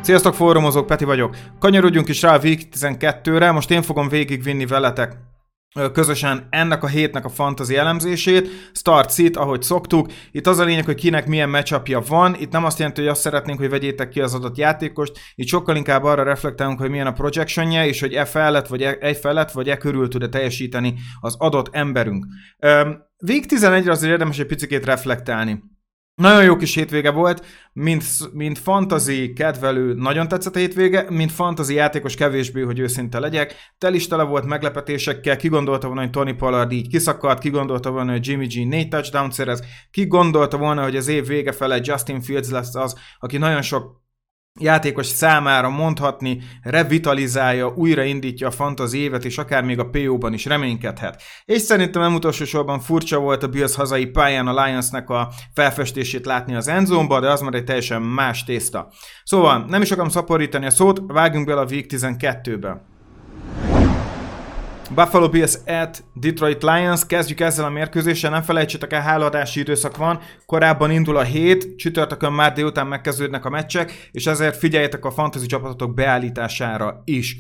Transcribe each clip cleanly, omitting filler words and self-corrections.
Sziasztok fórumozók, Peti vagyok. Kanyarodjunk is rá a Week 12-re, most én fogom végigvinni veletek közösen ennek a hétnek a fantasy elemzését, start sit, ahogy szoktuk. Itt az a lényeg, hogy kinek milyen matchupja van. Itt nem azt jelenti, hogy azt szeretnénk, hogy vegyétek ki az adott játékost. Itt sokkal inkább arra reflektálunk, hogy milyen a projectionje, és hogy e felett, vagy egy felett, vagy e körül tud-e teljesíteni az adott emberünk. Week 11-re azért érdemes egy picikét reflektálni. Nagyon jó kis hétvége volt, mint fantasy kedvelő nagyon tetszett a hétvége, mint fantasy játékos kevésbé, hogy őszinte legyek. Tele volt meglepetésekkel, ki gondolta volna, hogy Tony Pollard így kiszakadt, ki gondolta volna, hogy Jimmy G 4 touchdown szerez, ki gondolta volna, hogy az év vége fele Justin Fields lesz az, aki nagyon sok játékos számára mondhatni, revitalizálja, újraindítja a fantasy évet, és akár még a PO-ban is reménykedhet. És szerintem nem utolsó sorban furcsa volt a Bills hazai pályán a Lionsnek a felfestését látni az endzone-ba, de az már egy teljesen más tészta. Szóval nem is akarom szaporítani a szót, vágjunk bele a Week 12-be. Buffalo Bills at Detroit Lions, kezdjük ezzel a mérkőzéssel, nem felejtsétek el, háladási időszak van, korábban indul a hét, csütörtökön már délután megkezdődnek a meccsek, és ezért figyeljetek a fantasy csapatotok beállítására is.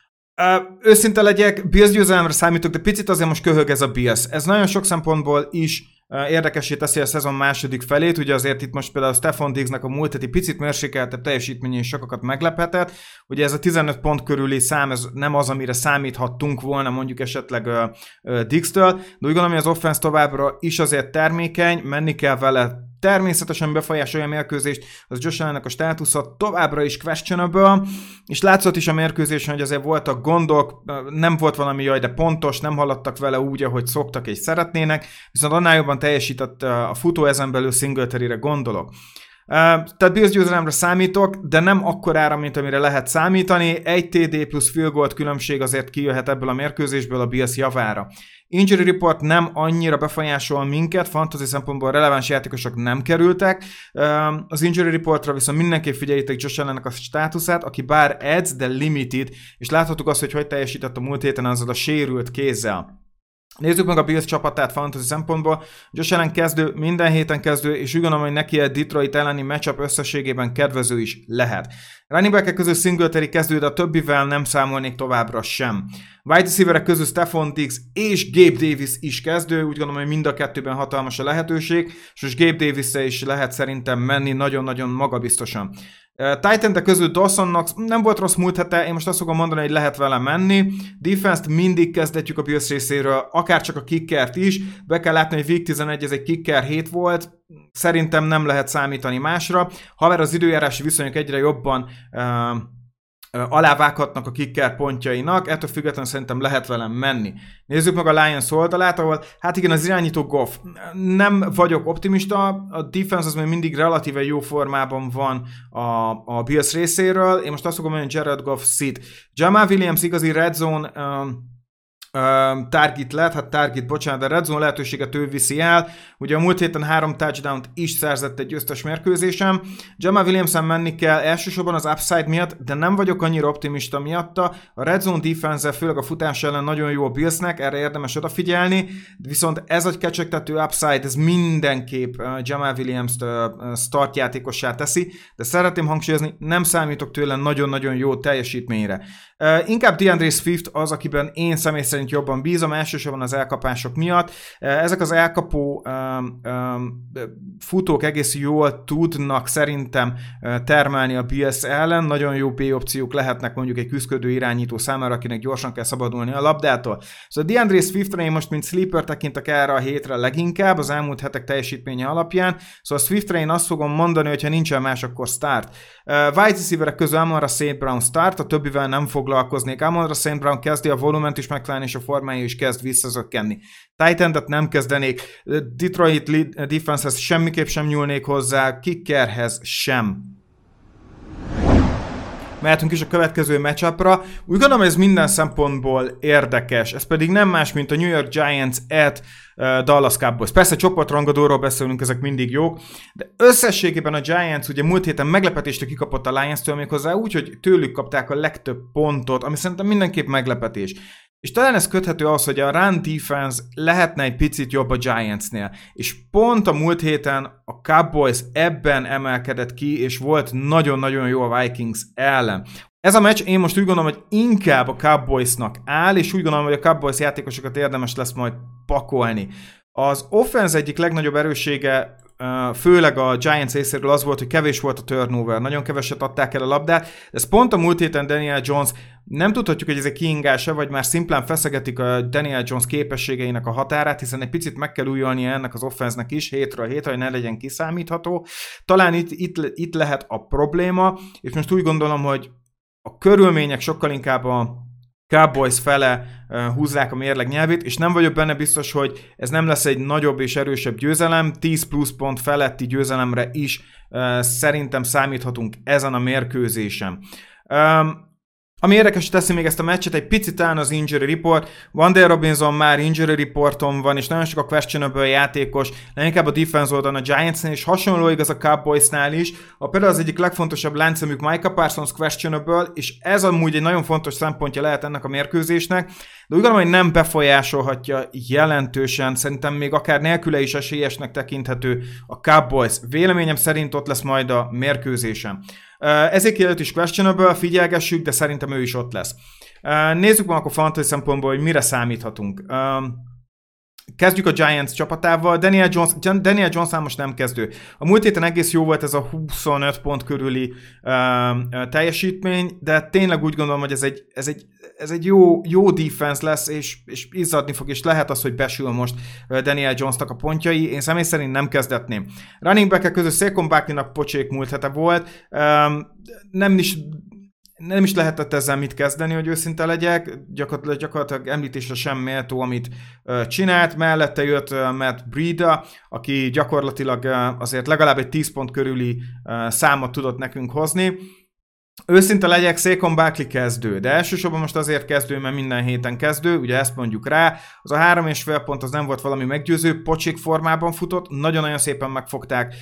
Őszinte legyek, Bills győzelemre számítok, de picit azért most köhög ez a Bills. Ez nagyon sok szempontból is érdekessé teszi a szezon második felét, ugye azért itt most például Stefon Diggsnek a múlt heti picit mérsékeltebb teljesítményén sokakat meglephetett, ugye ez a 15 pont körüli szám, ez nem az, amire számíthattunk volna mondjuk esetleg Diggs-től, de úgy gondolom, hogy az offense továbbra is azért termékeny, menni kell vele, természetesen befolyásolja a mérkőzést, az Josh Allennek a státusza továbbra is questionable, és látszott is a mérkőzésen, hogy azért voltak gondok, nem volt valami jaj, de pontos, nem haladtak vele úgy, ahogy szoktak és szeretnének, viszont annál jobban teljesített a futó, ezen belül Singletary-re gondolok. Tehát Bills győzelemre számítok, de nem akkorára, mint amire lehet számítani. Egy TD plusz field goal különbség azért kijöhet ebből a mérkőzésből a Bills javára. Injury report nem annyira befolyásol minket, fantasy szempontból releváns játékosok nem kerültek. Az injury reportra viszont mindenképp figyeljétek Josh Allennek a státuszát, aki bár edz, de limited, és láthatjuk azt, hogy teljesített a múlt héten azzal a sérült kézzel. Nézzük meg a Bills csapatát fantasy szempontból. Josh Allen kezdő, minden héten kezdő, és úgy gondolom, hogy neki a Detroit elleni matchup összességében kedvező is lehet. Running back-ek közül Singletary kezdő, de a többivel nem számolnék továbbra sem. Wide receiverek közül Stefon Diggs és Gabe Davis is kezdő, úgy gondolom, hogy mind a kettőben hatalmas a lehetőség, és most Gabe Davis-e is lehet szerintem menni nagyon-nagyon magabiztosan. Tight endek közül Dawson Knox nem volt rossz múlt hete, én most azt fogom mondani, hogy lehet vele menni. Defense-t mindig kezdetjük a Bills részéről, akár csak a kickert is. Be kell látni, hogy Week 11 ez egy kicker hét volt, szerintem nem lehet számítani másra. Haver az időjárási viszonyok egyre jobban alávághatnak a kicker pontjainak, ettől függetlenül szerintem lehet velem menni. Nézzük meg a Lions oldalát, ahol hát igen, az irányító Goff. Nem vagyok optimista, a defense az még mindig relatíve jó formában van a Bills részéről, én most azt fogom mondani, hogy Jared Goff sit. Jamal Williams igazi red zone target lett, de red zone lehetőséget ő viszi el. Ugye a múlt héten 3 touchdown-t is szerzett egy győztes mérkőzésen. Jamal Williamson menni kell elsősorban az upside miatt, de nem vagyok annyira optimista miatta. A red zone defense, főleg a futás ellen nagyon jó a Billsnek, erre érdemes odafigyelni, viszont ez a kecsegtető upside, ez mindenképp Jamal Williams-t startjátékossá teszi, de szeretném hangsúlyozni, nem számítok tőle nagyon-nagyon jó teljesítményre. Inkább DeAndre Swift az, akiben én személy szerint jobban bízom, elsősorban az elkapások miatt. Ezek az elkapó futók egész jól tudnak szerintem termelni a Bills ellen, nagyon jó B-opciók lehetnek mondjuk egy küszködő irányító számára, akinek gyorsan kell szabadulni a labdától. Szóval DeAndre Swiftre én most mint sleeper tekintek erre a hétre leginkább, az elmúlt hetek teljesítménye alapján, szóval Swiftre én azt fogom mondani, hogy ha nincsen más, akkor start. Wide receiverek közül Amon-Ra St. Brown start, a többivel nem foglalkoznék. Amon-Ra St. Brown kezdi a volument is megtalálni, és a formája is kezd visszazökkenni. Tight endet nem kezdenék, Detroit defensehez semmiképp sem nyúlnék hozzá, kickerhez sem. Mehetünk is a következő matchupra. Úgy gondolom, ez minden szempontból érdekes. Ez pedig nem más, mint a New York Giants at Dallas Cowboys. Persze csoportrangadóról beszélünk, ezek mindig jók, de összességében a Giants ugye múlt héten meglepetést kikapott a Lions-től méghozzá úgy, hogy tőlük kapták a legtöbb pontot, ami szerintem mindenképp meglepetés. És talán ez köthető ahhoz, hogy a run defense lehetne egy picit jobb a Giantsnél. És pont a múlt héten a Cowboys ebben emelkedett ki, és volt nagyon-nagyon jó a Vikings ellen. Ez a meccs, én most úgy gondolom, hogy inkább a Cowboysnak áll, és úgy gondolom, hogy a Cowboys játékosokat érdemes lesz majd pakolni. Az offense egyik legnagyobb erőssége, főleg a Giants részéről az volt, hogy kevés volt a turnover, nagyon keveset adták el a labdát, de ez pont a múlt héten Daniel Jones, nem tudhatjuk, hogy ez egy kiingása, vagy már szimplán feszegetik a Daniel Jones képességeinek a határát, hiszen egy picit meg kell újulnia ennek az offense-nek is hétről hétre, hogy ne legyen kiszámítható. Talán itt lehet a probléma, és most úgy gondolom, hogy a körülmények sokkal inkább a Cowboys fele húzzák a mérleg nyelvét, és nem vagyok benne biztos, hogy ez nem lesz egy nagyobb és erősebb győzelem, 10 plusz pont feletti győzelemre is szerintem számíthatunk ezen a mérkőzésen. Ami érdekes teszi még ezt a meccset, egy picit talán az injury report. Wan'Dale Robinson már injury reporton van, és nagyon sok a questionable játékos, leginkább a defense oldalon a Giantsnél, és hasonló igaz a Cowboysnál is. Például az egyik legfontosabb láncszemük Micah Parsons questionable, és ez amúgy egy nagyon fontos szempontja lehet ennek a mérkőzésnek, de úgy gondolom, hogy nem befolyásolhatja jelentősen, szerintem még akár nélküle is esélyesnek tekinthető a Cowboys. Véleményem szerint ott lesz majd a mérkőzésen. Ezért is questionable, figyelgessük, de szerintem ő is ott lesz. Nézzük meg akkor fantasy szempontból, hogy mire számíthatunk. Kezdjük a Giants csapatával. Daniel Jones most nem kezdő. A múlt héten egész jó volt ez a 25 pont körüli teljesítmény, de tényleg úgy gondolom, hogy ez egy jó defense lesz, és izzadni fog, és lehet az, hogy besül most Daniel Jonesnak a pontjai. Én személy szerint nem kezdetném. Running back-ek közül Saquon Barkleynak pocsék múlt hete volt. Nem is lehetett ezzel mit kezdeni, hogy őszinte legyek, gyakorlatilag említésre sem méltó, amit csinált, mellette jött Matt Breida, aki gyakorlatilag azért legalább egy 10 pont körüli számot tudott nekünk hozni. Őszinte legyek, Saquon Barkley kezdő, de elsősorban most azért kezdő, mert minden héten kezdő, ugye ezt mondjuk rá. Az a 3,5 pont az nem volt valami meggyőző, pocsék formában futott, nagyon-nagyon szépen megfogták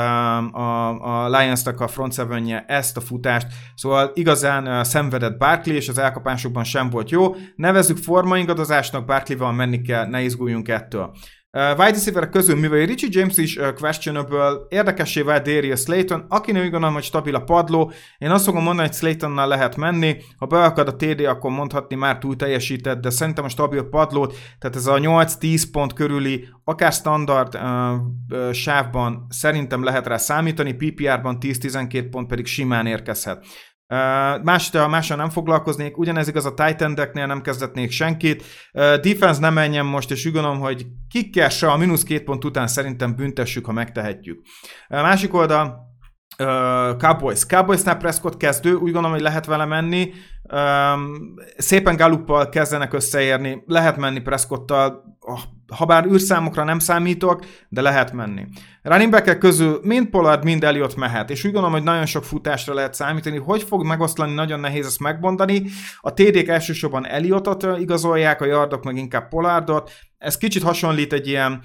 a Lions-nak a front seven-je ezt a futást, szóval igazán szenvedett Barkley, és az elkapásokban sem volt jó. Nevezzük formaingadozásnak, Barkley-val menni kell, ne izguljunk ettől. Wide receiverek közül, mivel Richie James is questionable, érdekessé vált Darius Slayton, akinek úgy gondolom, hogy stabil a padló. Én azt fogom mondani, hogy Slaytonnal lehet menni, ha beakad a TD, akkor mondhatni már túl teljesített, de szerintem a stabil padlót, tehát ez a 8-10 pont körüli, akár standard sávban szerintem lehet rá számítani, PPR-ban 10-12 pont pedig simán érkezhet. Mással nem foglalkoznék, ugyanez igaz a tight endeknél, nem kezdetnék senkit. Defense nem menjen most, és úgy gondolom, hogy kikkel se a -2 pont után szerintem büntessük, ha megtehetjük. Másik oldal, Cowboysnál Prescott kezdő, úgy gondolom, hogy lehet vele menni. Szépen Galluppal kezdenek összeérni, lehet menni Prescottal, ha bár űrszámokra nem számítok, de lehet menni. Running back-ek közül mind Pollard, mind Elliott mehet, és úgy gondolom, hogy nagyon sok futásra lehet számítani. Hogy fog megoszlani, nagyon nehéz ezt megmondani. A TD-k elsősorban Elliotot igazolják, a yardok meg inkább Pollardot. Ez kicsit hasonlít egy ilyen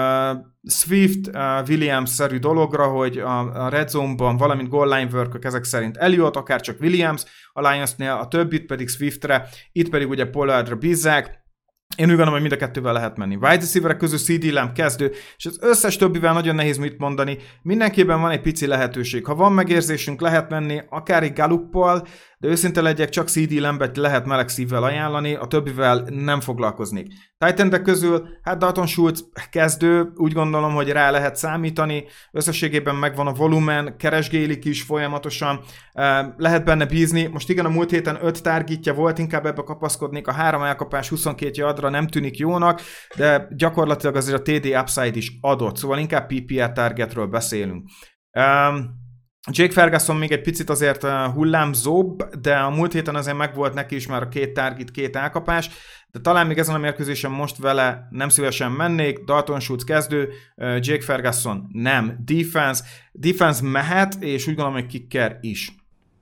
Swift-Williams-szerű dologra, hogy a red zone-ban, valamint goal line work-ök ezek szerint Elliott, akár csak Williams, a Lionsnél a többit pedig Swiftre, itt pedig ugye Pollardra bízzák. Én úgy gondolom, hogy mind a kettővel lehet menni. Wide receiverek közül CD Lamb kezdő, és az összes többivel nagyon nehéz mit mondani. Mindenképpen van egy pici lehetőség. Ha van megérzésünk, lehet menni, akár egy Galluppal, de őszinte legyek, csak CD Lambet lehet meleg szívvel ajánlani, a többivel nem foglalkoznék. Tight endek közül, hát Dalton Schultz kezdő, úgy gondolom, hogy rá lehet számítani, összességében megvan a volumen, keresgélik is folyamatosan, lehet benne bízni. Most igen, a múlt héten 5 targetja volt, inkább ebbe kapaszkodnék, a 3 elkapás 22 yardra nem tűnik jónak, de gyakorlatilag azért a TD upside is adott, szóval inkább PPR targetről beszélünk. Jake Ferguson még egy picit azért hullámzóbb, de a múlt héten azért megvolt neki is már a 2 target, 2 elkapás, de talán még ezen a mérkőzésen most vele nem szívesen mennék. Dalton Schultz kezdő, Jake Ferguson nem. Defense mehet, és úgy gondolom, hogy kicker is.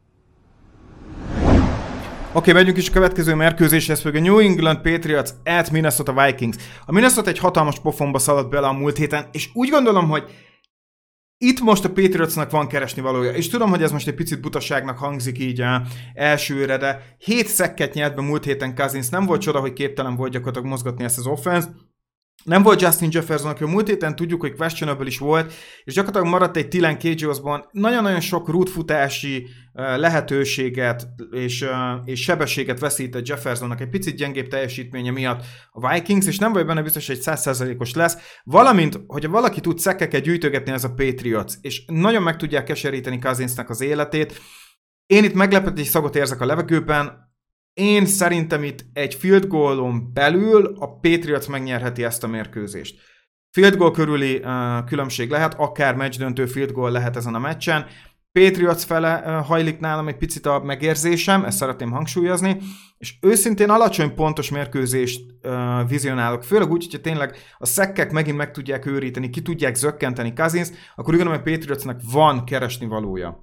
Oké, megyünk is a következő mérkőzéshez, pedig a New England Patriots at Minnesota Vikings. A Minnesota egy hatalmas pofonba szaladt bele a múlt héten, és úgy gondolom, hogy Itt most a Patriotsnak van keresni valója, és tudom, hogy ez most egy picit butaságnak hangzik így elsőre, de 7 szekket nyert be múlt héten Cousins, nem volt csoda, hogy képtelen volt gyakorlatilag mozgatni ezt az offense. Nem volt Justin Jefferson, aki a múlt héten tudjuk, hogy questionable is volt, és gyakorlatilag maradt egy Thielen KJ-ban nagyon-nagyon sok rútfutási lehetőséget és sebességet veszített Jeffersonnak egy picit gyengébb teljesítménye miatt a Vikings, és nem vagy benne biztos, hogy 100%-os lesz, valamint, hogyha valaki tud szekkeket gyűjtögetni, ez a Patriots, és nagyon meg tudják keseríteni Cousinsnak az életét. Én itt meglepetési szagot érzek a levegőben. Én szerintem itt egy field goalon belül a Patriots megnyerheti ezt a mérkőzést. Field goal körüli különbség lehet, akár meccsdöntő field goal lehet ezen a meccsen. Patriots fele hajlik nálam egy picit a megérzésem, ezt szeretném hangsúlyozni, és őszintén alacsony pontos mérkőzést vizionálok, főleg úgy, hogyha tényleg a szekkek megint meg tudják őríteni, ki tudják zökkenteni Cousins, akkor úgy gondolom, hogy Patriotsnak van keresni valója.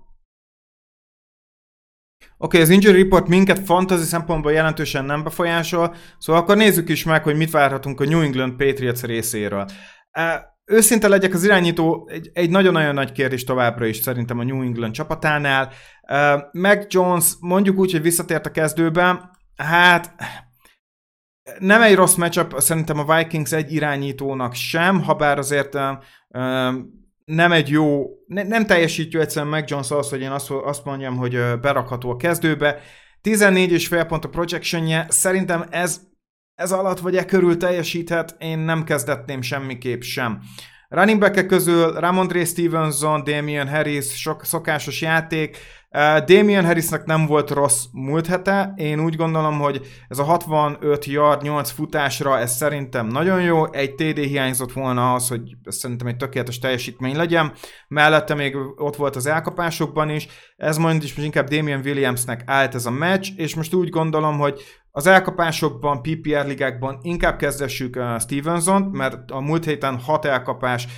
Oké, az injury report minket fantasy szempontból jelentősen nem befolyásol, szóval akkor nézzük is meg, hogy mit várhatunk a New England Patriots részéről. Őszinte legyek, az irányító egy nagyon-nagyon nagy kérdés továbbra is szerintem a New England csapatánál. Mac Jones mondjuk úgy, hogy visszatért a kezdőbe, hát nem egy rossz matchup szerintem a Vikings egy irányítónak sem, habár azért nem egy jó, nem teljesítő egyszerűen Mac Jones az, hogy én azt mondjam, hogy berakható a kezdőbe. 14,5 pont a projectionje, szerintem ez alatt vagy körül teljesíthet, én nem kezdetném semmiképp sem. Running back-ek közül Ramondre Stevenson, Damien Harris, szokásos játék. Damien Harrisnak nem volt rossz múlt hete, én úgy gondolom, hogy ez a 65 yard, 8 futásra, ez szerintem nagyon jó, egy TD hiányzott volna az, hogy ez szerintem egy tökéletes teljesítmény legyen, mellette még ott volt az elkapásokban is, ez majd is inkább Damien Williamsnek állt ez a meccs, és most úgy gondolom, hogy az elkapásokban, PPR ligákban inkább kezdessük Stevensont, mert a múlt héten 6 elkapás,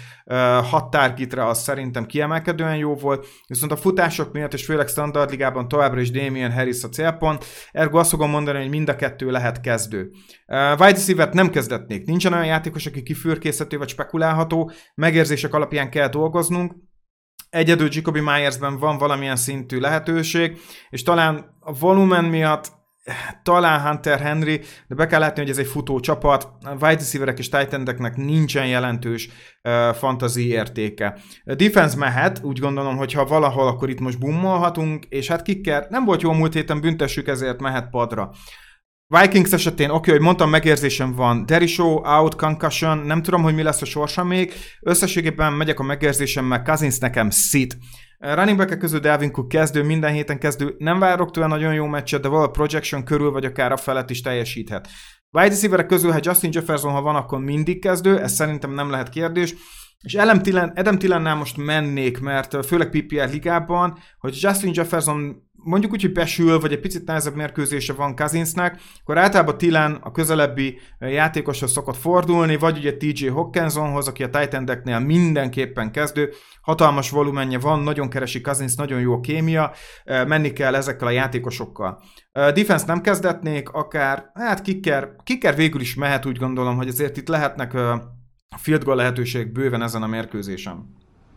6 targetre az szerintem kiemelkedően jó volt, viszont a futások miatt, és főleg standard ligában továbbra is Damien Harris a célpont, ergo azt fogom mondani, hogy mind a kettő lehet kezdő. Wide receiver-t nem kezdetnék, nincsen olyan játékos, aki kifürkészhető vagy spekulálható, megérzések alapján kell dolgoznunk, egyedül Jacoby Myersben van valamilyen szintű lehetőség, és talán a volumen miatt talán Hunter Henry, de be kell látni, hogy ez egy futó csapat, a wide receiverek és tight endeknek nincsen jelentős fantasy értéke. A defense mehet, úgy gondolom, hogy ha valahol, akkor itt most bummolhatunk, és hát kicker nem volt jó múlt héten, büntessük, ezért mehet padra. Vikings esetén, oké, hogy mondtam, megérzésem van. Derishow, out, concussion, nem tudom, hogy mi lesz a sorsa még. Összességében megyek a megérzésemmel, Cousins nekem sit. Running back-ek közül Dalvin Cook kezdő, minden héten kezdő, nem várok tőle nagyon jó meccset, de valahol projection körül vagy akár a felett is teljesíthet. Wide receiverek közül, ha Justin Jefferson, ha van, akkor mindig kezdő, ez szerintem nem lehet kérdés. És Adam Thielennel most mennék, mert főleg PPR ligában, hogy Justin Jefferson mondjuk úgy, hogy besül, vagy egy picit nehezebb mérkőzése van Cousinsnak, akkor általában Thielen a közelebbi játékoshoz szokott fordulni, vagy ugye TJ Hockensonhoz, aki a tight endeknél mindenképpen kezdő, hatalmas volumenje van, nagyon keresi Cousins, nagyon jó kémia, menni kell ezekkel a játékosokkal. Defense nem kezdetnék, akár, hát kicker végül is mehet, úgy gondolom, hogy azért itt lehetnek field goal lehetőség bőven ezen a mérkőzésen.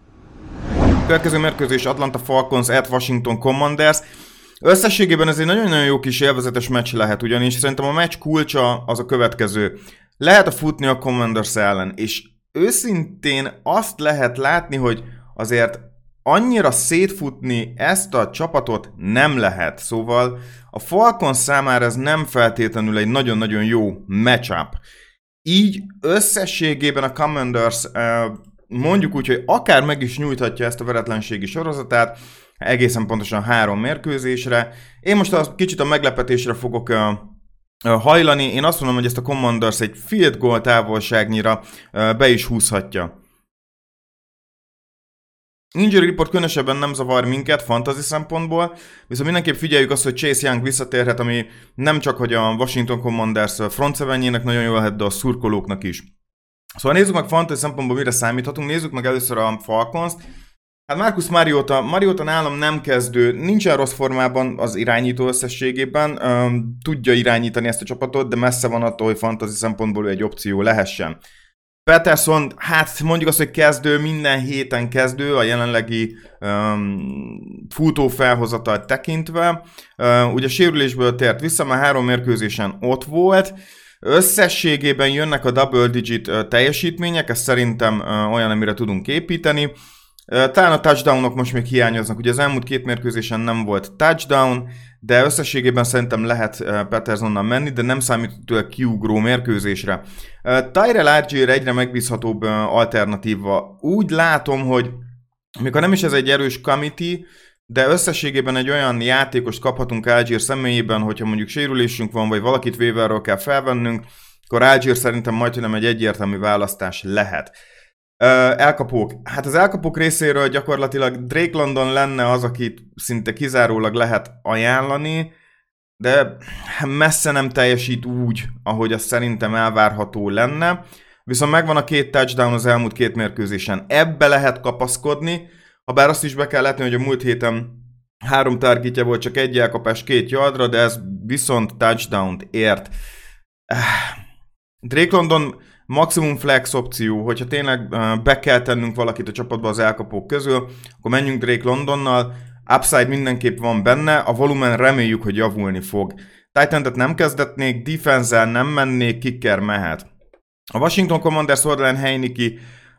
Következő mérkőzés Atlanta Falcons at Washington Commanders. Összességében ez egy nagyon-nagyon jó kis élvezetes meccs lehet, ugyanis szerintem a meccs kulcsa az a következő. Lehet a futni a Commanders ellen, és őszintén azt lehet látni, hogy azért annyira szétfutni ezt a csapatot nem lehet. Szóval a Falcons számára ez nem feltétlenül egy nagyon-nagyon jó matchup. Így összességében a Commanders mondjuk úgy, hogy akár meg is nyújthatja ezt a veretlenségi sorozatát, egészen pontosan 3 mérkőzésre. Én most kicsit a meglepetésre fogok hajlani. Én azt mondom, hogy ezt a Commanders egy field goal távolságnyira be is húzhatja. Injury report különösebben nem zavar minket fantasy szempontból, viszont mindenképp figyeljük azt, hogy Chase Young visszatérhet, ami nem csak hogy a Washington Commanders front sevenjének nagyon jól lehet, de a szurkolóknak is. Szóval nézzük meg fantasy szempontból, mire számíthatunk. Nézzük meg először a Falcons-t. Hát Marcus Mariota nálam nem kezdő, nincsen rossz formában az irányító összességében, tudja irányítani ezt a csapatot, de messze van attól, hogy fantasy szempontból egy opció lehessen. Peterson, hát mondjuk azt, hogy kezdő, minden héten kezdő, a jelenlegi futó felhozatalt tekintve. Ugye sérülésből tért vissza, már 3 mérkőzésen ott volt. Összességében jönnek a double digit teljesítmények, ez szerintem olyan, amire tudunk építeni. Talán a touchdownok most még hiányoznak, ugye az elmúlt 2 mérkőzésen nem volt touchdown, de összességében szerintem lehet Petersonnal menni, de nem számít tőle kiugró mérkőzésre. Tyrell Algier egyre megbízhatóbb alternatíva. Úgy látom, hogy mikor nem is ez egy erős committee, de összességében egy olyan játékost kaphatunk Algier személyében, hogyha mondjuk sérülésünk van, vagy valakit waiverről kell felvennünk, akkor Algier szerintem majdnem egy egyértelmű választás lehet. Elkapók. Hát az elkapók részéről gyakorlatilag Drake London lenne az, akit szinte kizárólag lehet ajánlani, de messze nem teljesít úgy, ahogy az szerintem elvárható lenne. Viszont megvan a 2 touchdown az elmúlt 2 mérkőzésen. Ebbe lehet kapaszkodni, habár azt is be kell látni, hogy a múlt héten 3 targetja volt, csak 1 elkapás 2 yardra, de ez viszont touchdown-t ért. Drake London maximum flex opció, hogyha tényleg be kell tennünk valakit a csapatba az elkapók közül, akkor menjünk Drake Londonnal, upside mindenképp van benne, a volumen reméljük, hogy javulni fog. Titan-et nem kezdetnék, defense-el nem mennék, kicker mehet. A Washington Commanders oldalán Heinicke,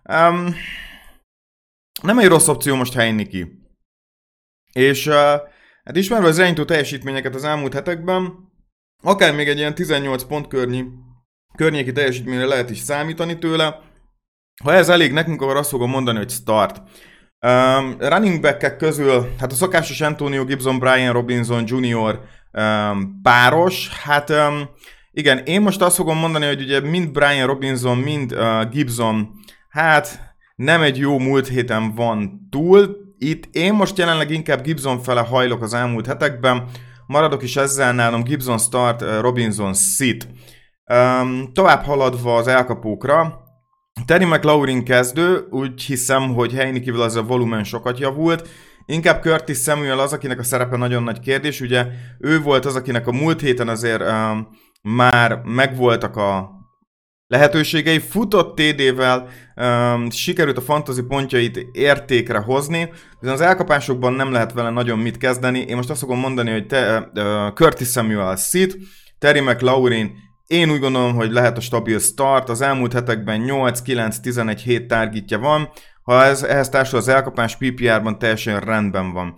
nem egy rossz opció most Heinicke. És hát ismerve az irányító teljesítményeket az elmúlt hetekben, akár még egy ilyen 18 pont környéki teljesítményre lehet is számítani tőle. Ha ez elég nekünk, akkor azt fogom mondani, hogy start. Running back-ek közül, hát a szokásos Antonio Gibson, Brian Robinson Jr. Páros, hát igen, én most azt fogom mondani, hogy ugye mind Brian Robinson, mind Gibson, hát nem egy jó múlt héten van túl. Itt én most jelenleg inkább Gibson fele hajlok az elmúlt hetekben, maradok is ezzel nálam Gibson start, Robinson sit. Tovább haladva az elkapókra, Terry McLaurin kezdő, úgy hiszem, hogy Heinicke-vel az a volumen sokat javult. Inkább Curtis Samuel az, akinek a szerepe nagyon nagy kérdés, ugye ő volt az, akinek a múlt héten azért már megvoltak a lehetőségei, futott TD-vel, sikerült a fantasy pontjait értékre hozni, viszont az elkapásokban nem lehet vele nagyon mit kezdeni. Én most azt fogom mondani, hogy Curtis Samuel sit, Terry McLaurin, én úgy gondolom, hogy lehet a stabil start, az elmúlt hetekben 8-9-11-7 targetja van, ha ehhez társul az elkapás PPR-ban teljesen rendben van.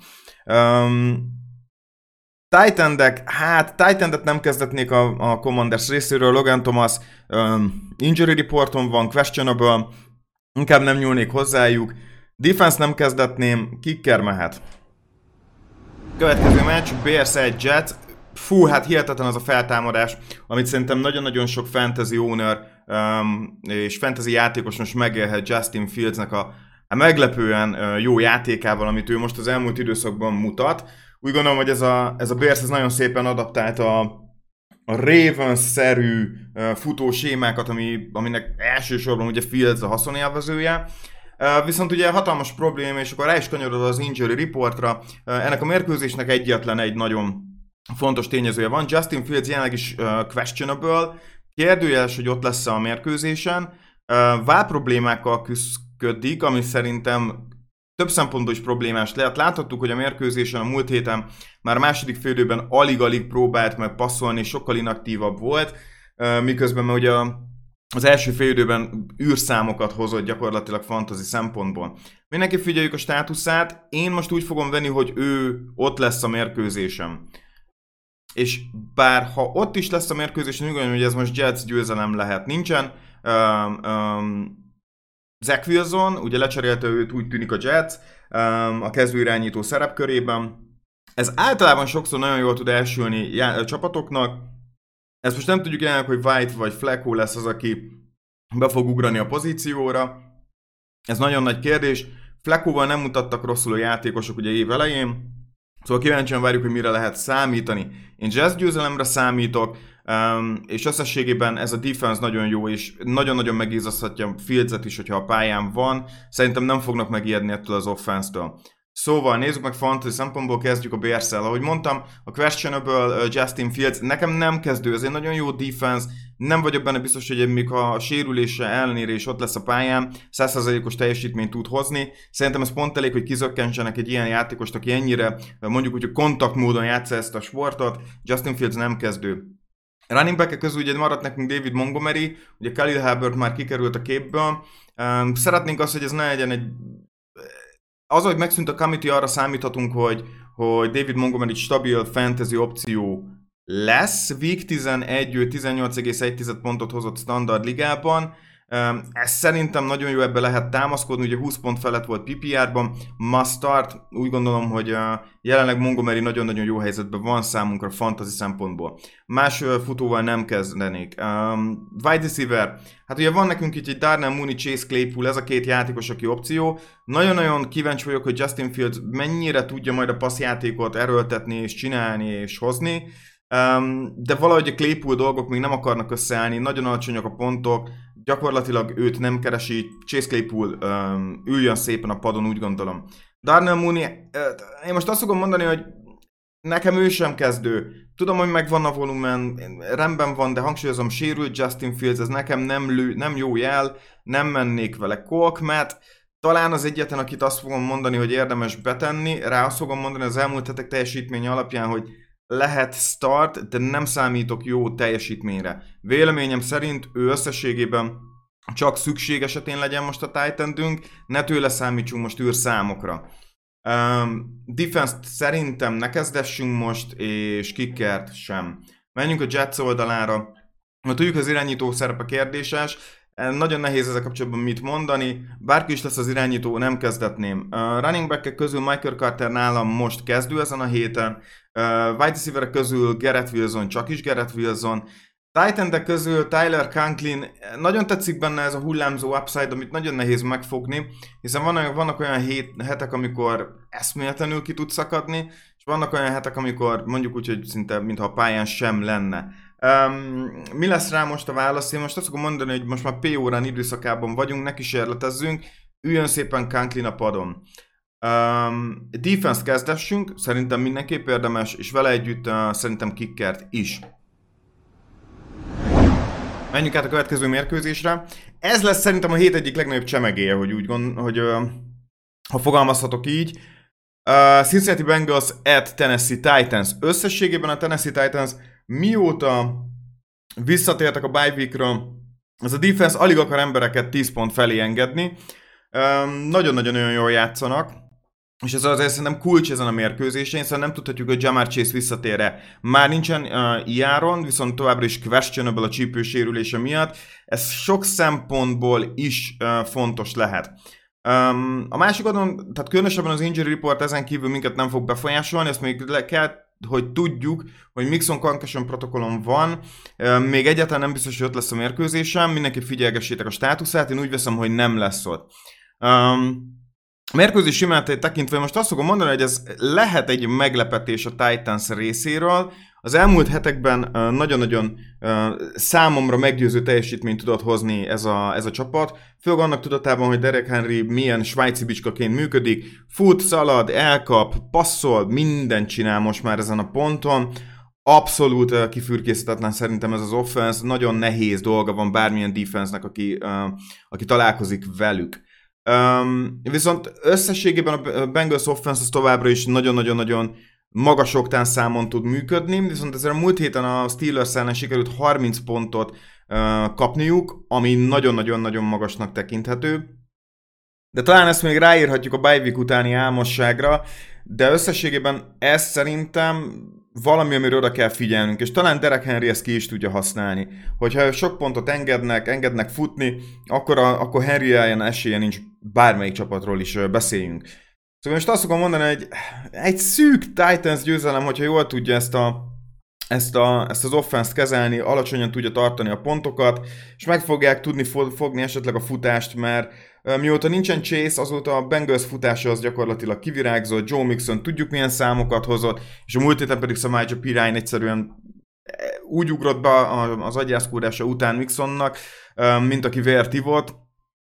Titan-ek, hát Titan-et nem kezdetnék a Commanders részéről, Logan Thomas injury reporton van, questionable, inkább nem nyúlnék hozzájuk, defense nem kezdetném, kicker mehet. Következő meccs, Bears 1 Jets. Fú, hát hihetetlen az a feltámadás, amit szerintem nagyon-nagyon sok fantasy owner és fantasy játékos most megélhet Justin Fieldsnek a meglepően jó játékával, amit ő most az elmúlt időszakban mutat. Úgy gondolom, hogy ez a Bears ez nagyon szépen adaptált a Ravens-szerű futósémákat, aminek elsősorban ugye Fields a haszonélvezője. Viszont ugye hatalmas probléma, és akkor rá is kanyarodva az injury reportra, ennek a mérkőzésnek egyetlen egy nagyon fontos tényezője van. Justin Fields jelenleg is questionable, kérdőjeles, hogy ott lesz a mérkőzésen. Váll problémákkal küszködik, ami szerintem több szempontból is problémás lehet. Láthattuk, hogy a mérkőzésen a múlt héten már második félidőben alig-alig próbált meg passzolni, és sokkal inaktívabb volt, miközben ugye az első félidőben űrszámokat hozott gyakorlatilag fantasy szempontból. Mindenki figyeljük a státuszát, én most úgy fogom venni, hogy ő ott lesz a mérkőzésen. És bár ha ott is lesz a mérkőzésen, úgy gondolom, hogy ez most Jets győzelem lehet. Nincsen Zach Wilson, ugye lecserélte őt, úgy tűnik a Jets a kezdőirányító szerepkörében. Ez általában sokszor nagyon jól tud elsülni csapatoknak. Ezt most nem tudjuk jelenleg, hogy White vagy Flacco lesz az, aki be fog ugrani a pozícióra. Ez nagyon nagy kérdés. Flaccoval nem mutattak rosszul a játékosok ugye év elején. Szóval kíváncsian várjuk, hogy mire lehet számítani. Én Jazz győzelemre számítok, és összességében ez a defense nagyon jó, és nagyon-nagyon megízaszthatja Fields-et is, hogyha a pályán van. Szerintem nem fognak megijedni ettől az offense-től. Szóval nézzük meg fantasy szempontból, kezdjük a Bears-szel. Ahogy mondtam, a questionable Justin Fields nekem nem kezdő, ez egy nagyon jó defense, nem vagyok benne biztos, hogy még a sérülése ellenére is ott lesz a pályán, 100%-os teljesítményt tud hozni. Szerintem ez pont elég, hogy kizökkentsenek egy ilyen játékost, aki ennyire mondjuk úgy, hogy kontaktmódon játsza ezt a sportot. Justin Fields nem kezdő. Running back-ek közül ugye maradt nekünk David Montgomery, ugye Khalil Herbert már kikerült a képből. Szeretnénk azt, hogy ez ne legyen egy... Az, hogy megszűnt a committee, arra számíthatunk, hogy David Montgomery egy stabil fantasy opció lesz. Week 11, ő 18,1 pontot hozott standard ligában. Ez szerintem nagyon jó, ebbe lehet támaszkodni, ugye 20 pont felett volt PPR-ban, must start, úgy gondolom, hogy jelenleg Montgomery nagyon-nagyon jó helyzetben van számunkra fantasy szempontból. Más futóval nem kezdenék. Wide receiver, hát ugye van nekünk itt egy Darnell Mooney, Chase Claypool, ez a két játékos, aki opció. Nagyon-nagyon kíváncsi vagyok, hogy Justin Fields mennyire tudja majd a passzjátékot erőltetni és csinálni és hozni. De valahogy a Claypool dolgok még nem akarnak összeállni, nagyon alacsonyak a pontok, gyakorlatilag őt nem keresi, Chase Claypool üljön szépen a padon, úgy gondolom. Darnell Mooney, én most azt fogom mondani, hogy nekem ő sem kezdő. Tudom, hogy megvan a volumen, rendben van, de hangsúlyozom, sérült Justin Fields, ez nekem nem jó jel, nem mennék vele Colkmet. Talán az egyetlen, akit azt fogom mondani, hogy érdemes betenni, rá azt fogom mondani az elmúlt hetek teljesítménye alapján, hogy lehet start, de nem számítok jó teljesítményre. Véleményem szerint ő összességében csak szükség esetén legyen most a Titan-ünk, ne tőle számítsunk most űrszámokra. Defense-t szerintem ne kezdessünk most, és kickert sem. Menjünk a Jets oldalára. Tudjuk, az irányító szerepe kérdéses, nagyon nehéz ezzel kapcsolatban mit mondani, bárki is lesz az irányító, nem kezdetném. Running back-ek közül Michael Carter nálam most kezdő ezen a héten, wide receiver közül Garrett Wilson, csak is Garrett Wilson, Titan-ek közül Tyler Conklin, nagyon tetszik benne ez a hullámzó upside, amit nagyon nehéz megfogni, hiszen vannak olyan hetek, amikor eszméletlenül ki tud szakadni, és vannak olyan hetek, amikor mondjuk úgy, hogy szinte mintha a pályán sem lenne. Mi lesz rá most a válasz? Én most azt fogom mondani, hogy most már P órán időszakában vagyunk, ne kísérletezzünk, üljön szépen Conklin a padon. Defense kezdessünk, szerintem mindenképp érdemes, és vele együtt szerintem kickert is. Menjünk át a következő mérkőzésre. Ez lesz szerintem a hét egyik legnagyobb csemegéje, ha fogalmazhatok így. Cincinnati Bengals at Tennessee Titans. Összességében a Tennessee Titans mióta visszatértek a bye weekről, ez a defense alig akar embereket 10 pont felé engedni. Nagyon-nagyon jól játszanak. És ez azért szerintem kulcs ezen a mérkőzésen, hiszen nem tudhatjuk, hogy Ja'Marr Chase visszatér-e. Már nincsen Iaron, viszont továbbra is questionable a csípősérülése miatt. Ez sok szempontból is fontos lehet. A másik adon, tehát különösebben az injury report ezen kívül minket nem fog befolyásolni, ezt még kell, hogy tudjuk, hogy Mixon concussion protokollon van, még egyáltalán nem biztos, hogy ott lesz a mérkőzésen, mindenki figyelgessétek a státuszát, én úgy veszem, hogy nem lesz ott. A mérkőzés simánatét tekintve most azt fogom mondani, hogy ez lehet egy meglepetés a Titans részéről. Az elmúlt hetekben nagyon-nagyon számomra meggyőző teljesítményt tudott hozni ez a csapat. Főleg annak tudatában, hogy Derek Henry milyen svájci bicskaként működik. Fut, szalad, elkap, passzol, mindent csinál most már ezen a ponton. Abszolút kifürkészhetetlen szerintem ez az offense. Nagyon nehéz dolga van bármilyen defense-nek, aki találkozik velük. Viszont összességében a Bengals offense az továbbra is nagyon-nagyon-nagyon magas oktán számon tud működni, viszont ezzel a múlt héten a Steelers ellen sikerült 30 pontot kapniuk, ami nagyon-nagyon-nagyon magasnak tekinthető. De talán ezt még ráírhatjuk a bye week utáni álmosságra, de összességében ez szerintem valami, amiről oda kell figyelnünk, és talán Derek Henry ezt ki is tudja használni. Hogyha sok pontot engednek futni, akkor Henry ellen esélye nincs, bármelyik csapatról is beszéljünk. Szóval most azt fogom mondani, hogy egy szűk Titans győzelem, hogyha jól tudja ezt az offense-t kezelni, alacsonyan tudja tartani a pontokat, és meg fogják tudni fogni esetleg a futást, mert mióta nincsen Chase, azóta a Bengals futása az gyakorlatilag kivirágzott, Joe Mixon tudjuk milyen számokat hozott, és a múlt héten pedig Samaje Perine egyszerűen úgy ugrott be az agyászkódása után Mixonnak, mint aki vért ivott.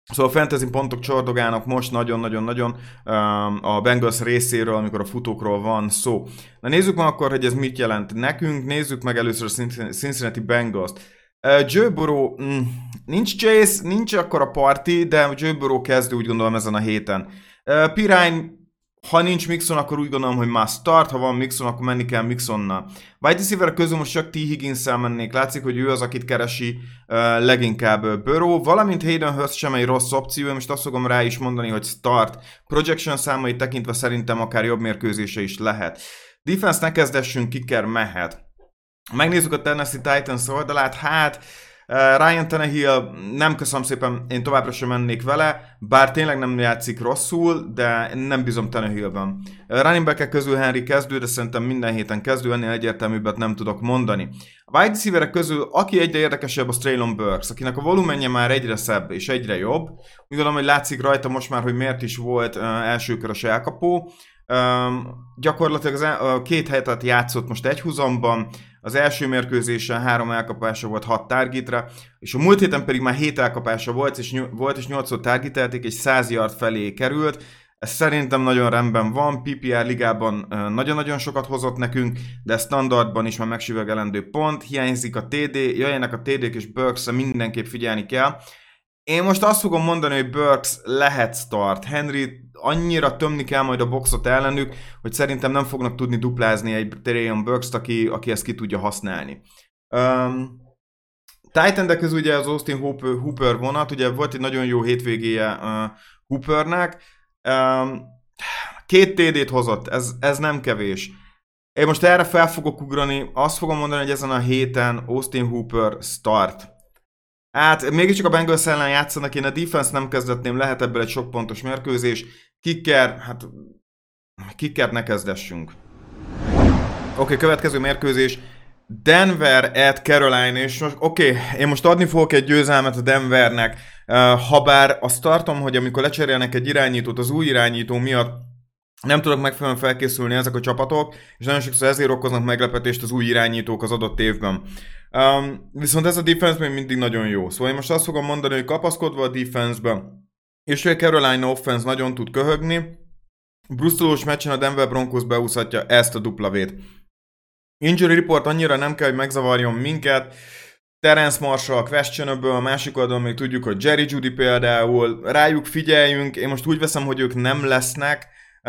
Szóval a fantasy pontok csordogálnak most nagyon-nagyon-nagyon a Bengals részéről, amikor a futókról van szó. Na nézzük meg akkor, hogy ez mit jelent nekünk. Nézzük meg először a Cincinnati Bengals-t. Joe Burrow, nincs Chase, nincs akkor a party, de Joe Burrow kezdő úgy gondolom ezen a héten. Pirine, ha nincs Mixon, akkor úgy gondolom, hogy must start, ha van Mixon, akkor menni kell Mixonnal. Wide receiver közül most csak T. Higgins-szel mennék, látszik, hogy ő az, akit keresi leginkább Burrow, valamint Hayden Hurst sem egy rossz opció, most azt fogom rá is mondani, hogy start. Projection számait tekintve szerintem akár jobb mérkőzése is lehet. Defense ne kezdessünk, kicker mehet. Megnézzük a Tennessee Titans oldalát, hát Ryan Tannehill, nem köszönöm szépen, én továbbra sem mennék vele, bár tényleg nem játszik rosszul, de nem bízom Tannehillben. Running back-ek közül Henry kezdő, de szerintem minden héten kezdő, ennél egyértelműbbet nem tudok mondani. A wide receiverek közül, aki egyre érdekesebb, a Treylon Burks, akinek a volumenje már egyre szebb és egyre jobb. Úgy gondolom, hogy látszik rajta most már, hogy miért is volt elsőkörös elkapó. Gyakorlatilag a 2 hetet játszott most egyhuzamban, az első mérkőzésen 3 elkapása volt 6 targetre, és a múlt héten pedig már 7 elkapása volt, és 8-szor targetelték, és 100 yard felé került. Ez szerintem nagyon rendben van, PPR ligában nagyon-nagyon sokat hozott nekünk, de standardban is már megsüvegelendő pont, hiányzik a TD, jöjjenek a TD-k, és Burks-re mindenképp figyelni kell. Én most azt fogom mondani, hogy Burks lehet start. Henry annyira tömni kell majd a boxot ellenük, hogy szerintem nem fognak tudni duplázni egy Treylon Burks-t, aki ezt ki tudja használni. Titan-de közül ugye az Austin Hooper vonat, ugye volt egy nagyon jó hétvégéje Hoopernek. 2 TD-t hozott, ez nem kevés. Én most erre fel fogok ugrani, azt fogom mondani, hogy ezen a héten Austin Hooper start. Hát mégiscsak a Bengals ellen játszanak, én a defense nem kezdetném, lehet ebből egy sok pontos mérkőzés. Kickert ne kezdessünk. Oké, következő mérkőzés. Denver at Carolina, és most én most adni fogok egy győzelmet a Denvernek. Habár azt tartom, hogy amikor lecserélnek egy irányítót, az új irányító miatt nem tudok megfelelően felkészülni ezek a csapatok, és nagyon sokszor ezért okoznak meglepetést az új irányítók az adott évben. Viszont ez a defense még mindig nagyon jó. Szóval én most azt fogom mondani, hogy kapaszkodva a defense-be, és a Carolina offense nagyon tud köhögni, brusztolós meccsen a Denver Broncos beúszhatja ezt a W-t. Injury report annyira nem kell, hogy megzavarjon minket. Terence Marshall questionable, a másik oldalon még tudjuk, hogy Jerry Jeudy például, rájuk figyeljünk, én most úgy veszem, hogy ők nem lesznek,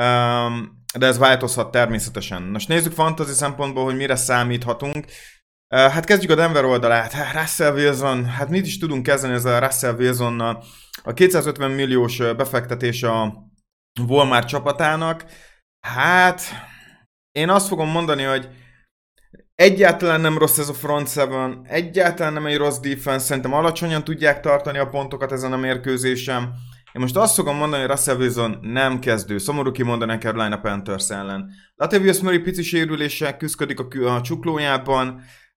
de ez változhat természetesen. Most nézzük fantasy szempontból, hogy mire számíthatunk. Hát kezdjük a Denver oldalát. Russell Wilson, hát mit is tudunk kezdeni ezzel a Russell Wilsonnal? A 250 milliós befektetés a Walmart csapatának. Hát, én azt fogom mondani, hogy egyáltalán nem rossz ez a front seven, egyáltalán nem egy rossz defense, szerintem alacsonyan tudják tartani a pontokat ezen a mérkőzésen. Én most azt fogom mondani, hogy Russell Wilson nem kezdő. Szomorú kimondani a Carolina Panthers ellen. Latavius Murray pici sérüléssel küzdik a csuklójában,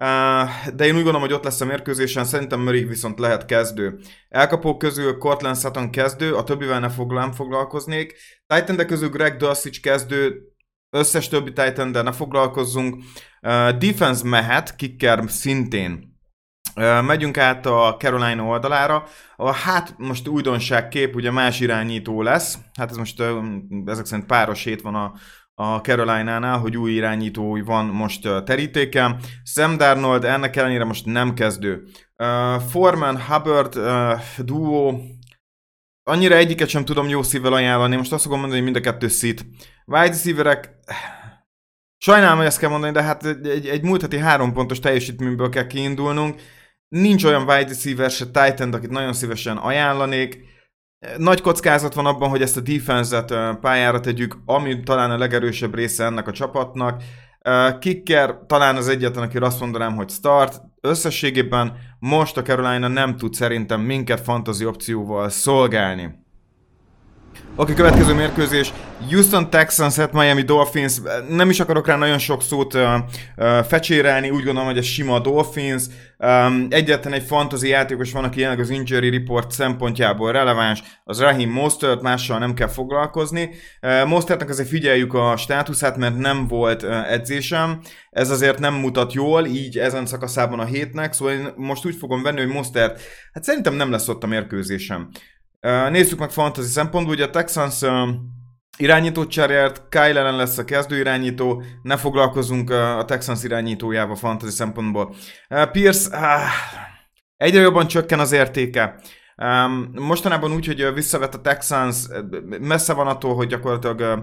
de én úgy gondolom, hogy ott lesz a mérkőzésen, szerintem Murray viszont lehet kezdő. Elkapók közül Cortland Sutton kezdő, a többivel nem foglalkoznék. Titan-de közül Greg Dulcich kezdő, összes többi Titan-de ne foglalkozzunk. Defense mehet, kicker szintén. Megyünk át a Carolina oldalára. Hát most újdonságkép, ugye más irányító lesz. Hát ez most ezek szerint páros hét van a Caroline-nál, hogy új irányító van most terítéken. Sam Darnold ennek ellenére most nem kezdő. Foreman, Hubbard duo, annyira egyiket sem tudom jó szívvel ajánlani, most azt fogom mondani, hogy mind a kettő szit. Wide receiverek, sajnálom, hogy ezt kell mondani, de hát egy múlt heti 3 pontos teljesítményből kell kiindulnunk. Nincs olyan wide receiver se Titan, akit nagyon szívesen ajánlanék. Nagy kockázat van abban, hogy ezt a defense-et pályára tegyük, ami talán a legerősebb része ennek a csapatnak. Kicker talán az egyetlen, aki azt mondanám, hogy start. Összességében most a Carolina nem tud szerintem minket fantasy opcióval szolgálni. Oké, következő mérkőzés. Houston Texans at Miami Dolphins. Nem is akarok rá nagyon sok szót fecsérelni, úgy gondolom, hogy ez sima Dolphins. Egyetlen egy fantasy játékos van, aki jelenleg az injury report szempontjából releváns, az Raheem Mostert, mással nem kell foglalkozni. Mostertnek azért figyeljük a státuszát, mert nem volt edzésem. Ez azért nem mutat jól, így ezen szakaszában a hétnek, szóval én most úgy fogom venni, hogy Mostert, hát szerintem nem lesz ott a mérkőzésem. Nézzük meg fantasy szempontból, ugye a Texans irányítót cserélt, Kyle Allen lesz a kezdő irányító, ne foglalkozunk a Texans irányítójával fantasy szempontból. Pierce egyre jobban csökken az értéke. Mostanában úgy, hogy visszavett a Texans, messze van attól, hogy gyakorlatilag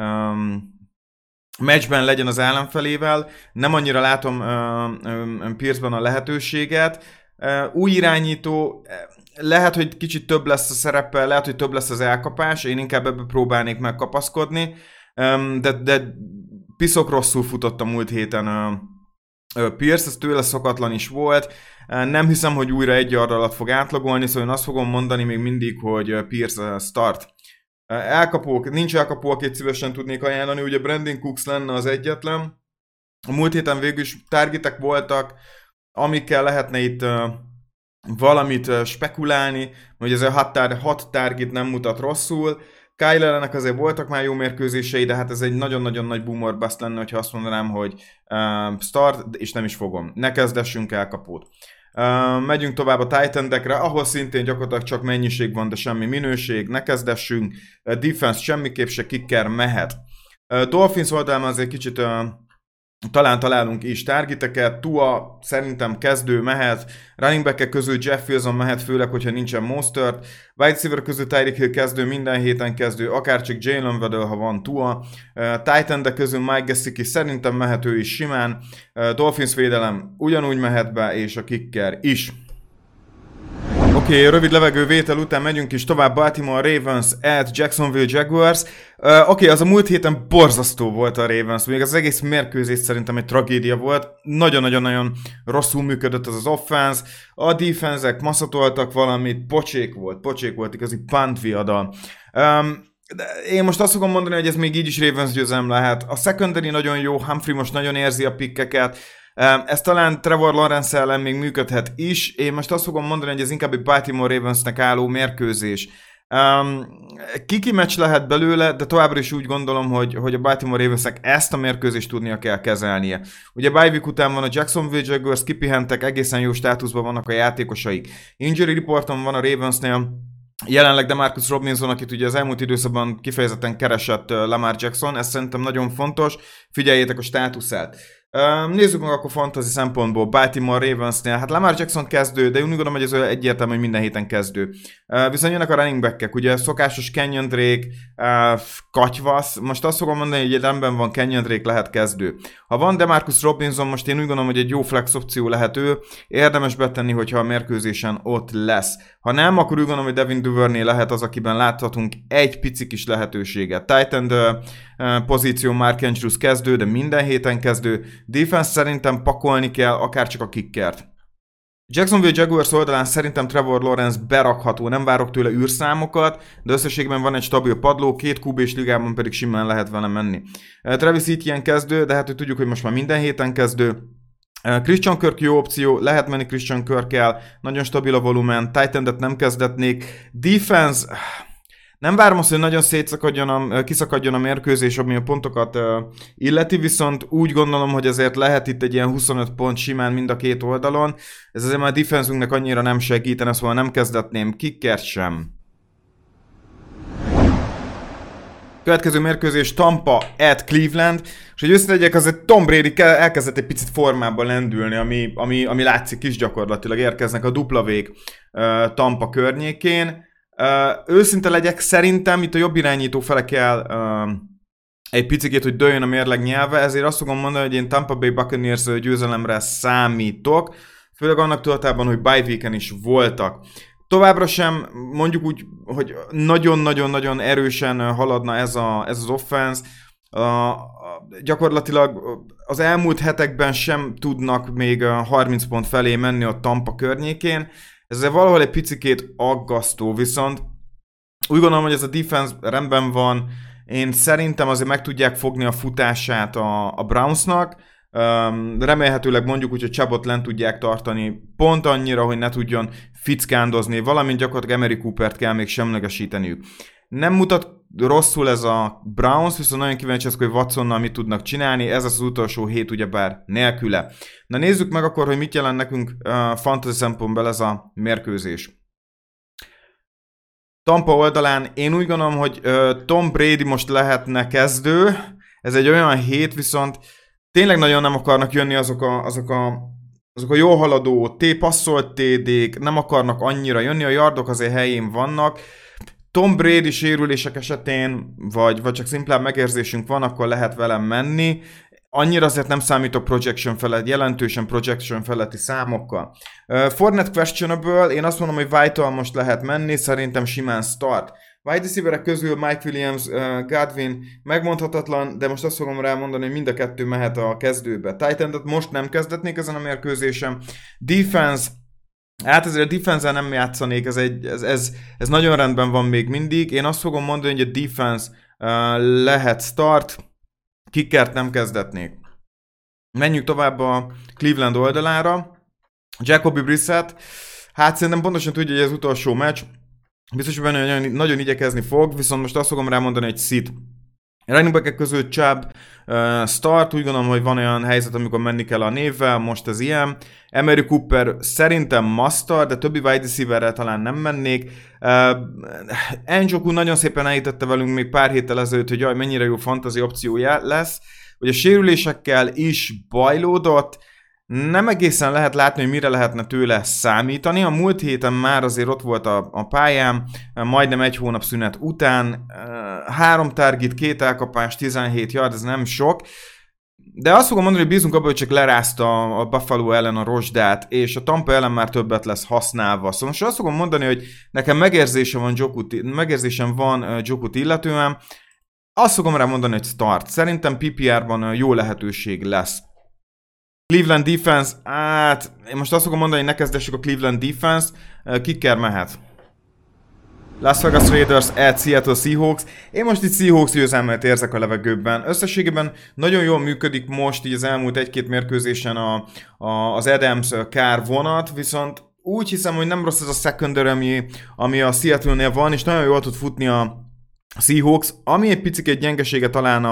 meccsben legyen az ellenfelével. Nem annyira látom Pierce-ben a lehetőséget. Új irányító, lehet, hogy kicsit több lesz a szerepe, lehet, hogy több lesz az elkapás, én inkább ebbe próbálnék megkapaszkodni, de piszok rosszul futott a múlt héten Pierce, ez tőle szokatlan is volt. Nem hiszem, hogy újra egy yard alatt fog átlagolni, szóval én azt fogom mondani még mindig, hogy Pierce start. Elkapók, nincs elkapó, akit szívesen tudnék ajánlani, ugye Brandon Cooks lenne az egyetlen. A múlt héten végül is targetek voltak, amikkel lehetne itt valamit spekulálni, hogy ez a 6 target nem mutat rosszul. Kyle Allennek azért voltak már jó mérkőzései, de hát ez egy nagyon-nagyon nagy boomer bust lenne, hogyha azt mondanám, hogy start, és nem is fogom. Ne kezdessünk elkapót. Megyünk tovább a Titan-dekre, ahol szintén gyakorlatilag csak mennyiség van, de semmi minőség. Ne kezdessünk. Defense semmiképp se, kicker mehet. Dolphins oldalán azért kicsit talán találunk is targeteket. Tua szerintem kezdő mehet. Running back-ek közül Jeff Wilson mehet, főleg, hogyha nincsen Mostert. Wide receiver közül Tyreek Hill kezdő, minden héten kezdő, akárcsak Jalen Waddle, ha van Tua. Titan-de közül Mike Gesicki szerintem mehet ő is simán. Dolphins védelem ugyanúgy mehet be, és a kicker is. Oké, rövid levegővétel után megyünk is tovább. Baltimore Ravens at Jacksonville Jaguars. Oké, az a múlt héten borzasztó volt a Ravens, még az egész mérkőzés szerintem egy tragédia volt. Nagyon-nagyon-nagyon rosszul működött az offense. A defense-ek maszatoltak valamit, pocsék volt, igazi punt viadal. Én most azt fogom mondani, hogy ez még így is Ravens győzelem lehet. A secondary nagyon jó, Humphrey most nagyon érzi a pikkeket. Ez talán Trevor Lawrence ellen még működhet is. Én most azt fogom mondani, hogy ez inkább egy Baltimore Ravensnek álló mérkőzés. Kiki meccs lehet belőle, de továbbra is úgy gondolom, hogy a Baltimore Ravensnek ezt a mérkőzést tudnia kell kezelnie. Ugye bye week után van a Jacksonville Jaguars, kipihentek, egészen jó státuszban vannak a játékosaik. Injury reporton van a Ravensnél, jelenleg DeMarcus Robinson, akit ugye az elmúlt időszakban kifejezetten keresett Lamar Jackson, ez szerintem nagyon fontos, figyeljétek a státuszát. Nézzük meg akkor fantasy szempontból Baltimore Ravensnél. Hát Lamar Jackson kezdő, de én úgy gondolom, hogy ez egyértelmű, hogy minden héten kezdő. Viszont jönnek a running back-ek, ugye szokásos Kenyon Drake, Katyvasz. Most azt fogom mondani, hogy egy rendben van Kenyon Drake, lehet kezdő. Ha van DeMarcus Robinson, most én úgy gondolom, hogy egy jó flex opció lehet ő. Érdemes betenni, hogyha a mérkőzésen ott lesz. Ha nem, akkor úgy gondolom, hogy Devin Duvernay lehet az, akiben láthatunk egy pici kis lehetőséget. Titan pozíció Mark Andrews kezdő, de minden héten kezdő. Defense szerintem pakolni kell, akárcsak a kickert. Jacksonville Jaguars oldalán szerintem Trevor Lawrence berakható, nem várok tőle űrszámokat, de összességben van egy stabil padló, 2 QB-s ligában pedig simán lehet vele menni. Travis Etienne kezdő, de hát hogy tudjuk, hogy most már minden héten kezdő. Christian Kirk jó opció, lehet menni Christian Kirkkel, nagyon stabil a volumen, Titan-et nem kezdetnék. Defense... Nem várom azt, hogy nagyon kiszakadjon a mérkőzés, ami a pontokat illeti, viszont úgy gondolom, hogy ezért lehet itt egy ilyen 25 pont simán mind a két oldalon. Ez azért már a defensünknek annyira nem segítene, szóval nem kezdetném kickert sem. Következő mérkőzés Tampa at Cleveland, és hogy őszintén legyek, azért Tom Brady elkezdett egy picit formában lendülni, ami látszik is gyakorlatilag, érkeznek a dupla-vék Tampa környékén. Őszinte legyek, szerintem itt a jobb irányító fele kell egy picikét, hogy dőljön a mérleg nyelve, ezért azt fogom mondani, hogy én Tampa Bay Buccaneers győzelemre számítok, főleg annak tudatában, hogy bye weeken is voltak. Továbbra sem mondjuk úgy, hogy nagyon-nagyon-nagyon erősen haladna ez az offense. Gyakorlatilag az elmúlt hetekben sem tudnak még 30 pont felé menni a Tampa környékén. Ez valahol egy picikét aggasztó, viszont úgy gondolom, hogy ez a defense rendben van. Én szerintem azért meg tudják fogni a futását a Brownsnak. Remélhetőleg mondjuk úgy, hogy Chubbot lent tudják tartani pont annyira, hogy ne tudjon fickándozni, valamint gyakorlatilag Emery Coopert kell még semlegesíteniük. Nem mutat rosszul ez a Browns, viszont nagyon kíváncsi hogy Watsonnal mit tudnak csinálni, ez az utolsó hét ugyebár nélküle. Na nézzük meg akkor, hogy mit jelent nekünk fantasy szempontból ez a mérkőzés. Tampa oldalán én úgy gondolom, hogy Tom Brady most lehetne kezdő, ez egy olyan hét, viszont tényleg nagyon nem akarnak jönni azok a jól haladó passzolt TD-k, nem akarnak annyira jönni, a yardok azért helyén vannak. Tom Brady sérülések esetén, vagy csak szimplán megérzésünk van, akkor lehet velem menni. Annyira azért nem számítok projection felett, jelentősen projection feletti számokkal. Fournette questionable, én azt mondom, hogy White-tal most lehet menni, szerintem simán start. Wide receiverek közül Mike Williams, Godwin megmondhatatlan, de most azt fogom rámondani, hogy mind a kettő mehet a kezdőbe. Titan-et most nem kezdetnék ezen a mérkőzésen. Defense, hát ezért a defense-el nem játszanék, ez nagyon rendben van még mindig. Én azt fogom mondani, hogy a defense lehet start, kickert nem kezdetnék. Menjünk tovább a Cleveland oldalára. Jacoby Brissett, hát szerintem pontosan tudja, hogy ez utolsó meccs. Biztos, hogy benne nagyon igyekezni fog, viszont most azt fogom rámondani, hogy sit. Running back-ek közül Chubb start, úgy gondolom, hogy van olyan helyzet, amikor menni kell a névvel, most ez ilyen. Emery Cooper szerintem master, de többi wide receiverrel talán nem mennék. Njoku nagyon szépen elítette velünk még pár héttel ezelőtt, hogy jaj, mennyire jó fantasy opciója lesz, hogy a sérülésekkel is bajlódott. Nem egészen lehet látni, hogy mire lehetne tőle számítani. A múlt héten már azért ott volt a pályán, majdnem egy hónap szünet után. 3 target, 2 elkapás, 17 yard, ez nem sok. De azt fogom mondani, hogy bízunk abban, hogy csak lerázta a Buffalo ellen a rozsdát, és a Tampa ellen már többet lesz használva. Szóval most azt fogom mondani, hogy nekem megérzésem van Jokut illetően. Azt fogom rá mondani, hogy start. Szerintem PPR-ban jó lehetőség lesz. Cleveland defense, hát én most azt fogom mondani, hogy ne kezdessük a Cleveland defense-t, kicker mehet. Las Vegas Raiders at Seattle Seahawks. Én most itt Seahawks győzelmet érzek a levegőben. Összességében nagyon jól működik most így az elmúlt 1-2 mérkőzésen az Adams Carr vonat, viszont úgy hiszem, hogy nem rossz ez a secondary, ami a Seattle-nél van, és nagyon jól tud futni a Seahawks, ami egy picit gyengesége talán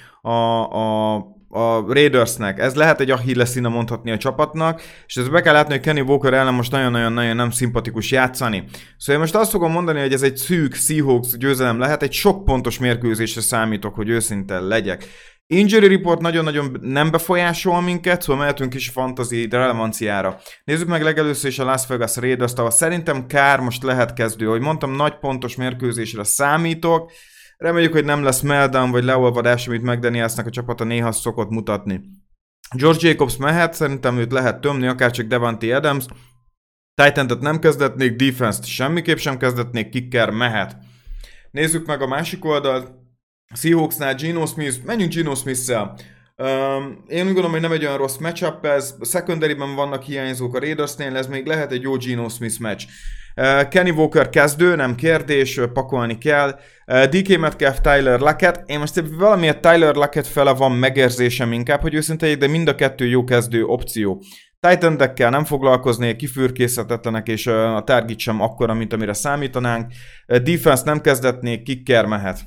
a Raidersnek. Ez lehet egy Achilles-színe mondhatni a csapatnak, és ezt be kell látni, hogy Kenny Walker ellen most nagyon-nagyon nem szimpatikus játszani. Szóval én most azt fogom mondani, hogy ez egy szűk Seahawks győzelem lehet, egy sok pontos mérkőzésre számítok, hogy őszinte legyek. Injury report nagyon-nagyon nem befolyásol minket, szóval mehetünk is a fantasy relevanciára. Nézzük meg legelőször is a Las Vegas Raiders-t, ahol szerintem Carr most lehet kezdő. Ahogy mondtam, nagy pontos mérkőzésre számítok. Reméljük, hogy nem lesz meltdown vagy leolvadás, amit McDanielsnek a csapata néha szokott mutatni. George Jacobs mehet, szerintem őt lehet tömni, akárcsak Davante Adams. Titan-et nem kezdetnék, defense-t semmiképp sem kezdetnék, kicker mehet. Nézzük meg a másik oldalt. Seahawksnál Geno Smith, menjünk Geno Smith-szel. Én úgy gondolom, hogy nem egy olyan rossz matchup ez, a secondary-ben vannak hiányzók a Raidersnél, ez még lehet egy jó Geno Smith meccs. Kenny Walker kezdő, nem kérdés, pakolni kell. DK Metcalf, Tyler Lockett. Én most valamiért Tyler Lockett fele van megérzésem inkább, hogy őszintén, de mind a kettő jó kezdő opció. Titan-dekkel nem foglalkoznék, kifürkészhetetlenek, és a target sem akkora, mint amire számítanánk. Defense nem kezdetnék, kicker mehet.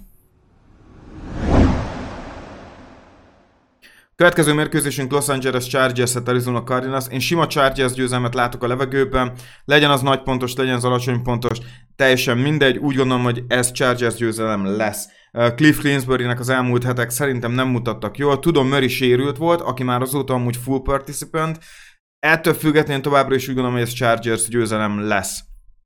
Következő mérkőzésünk Los Angeles Chargers-et Arizona Cardinals. Én sima Chargers győzelmet látok a levegőben. Legyen az nagy pontos, legyen az alacsony pontos, teljesen mindegy. Úgy gondolom, hogy ez Chargers győzelem lesz. Cliff Kingsbury-nek az elmúlt hetek szerintem nem mutattak jól. Tudom, Murray sérült volt, aki már azóta amúgy full participant. Ettől függetlenül továbbra is úgy gondolom, hogy ez Chargers győzelem lesz.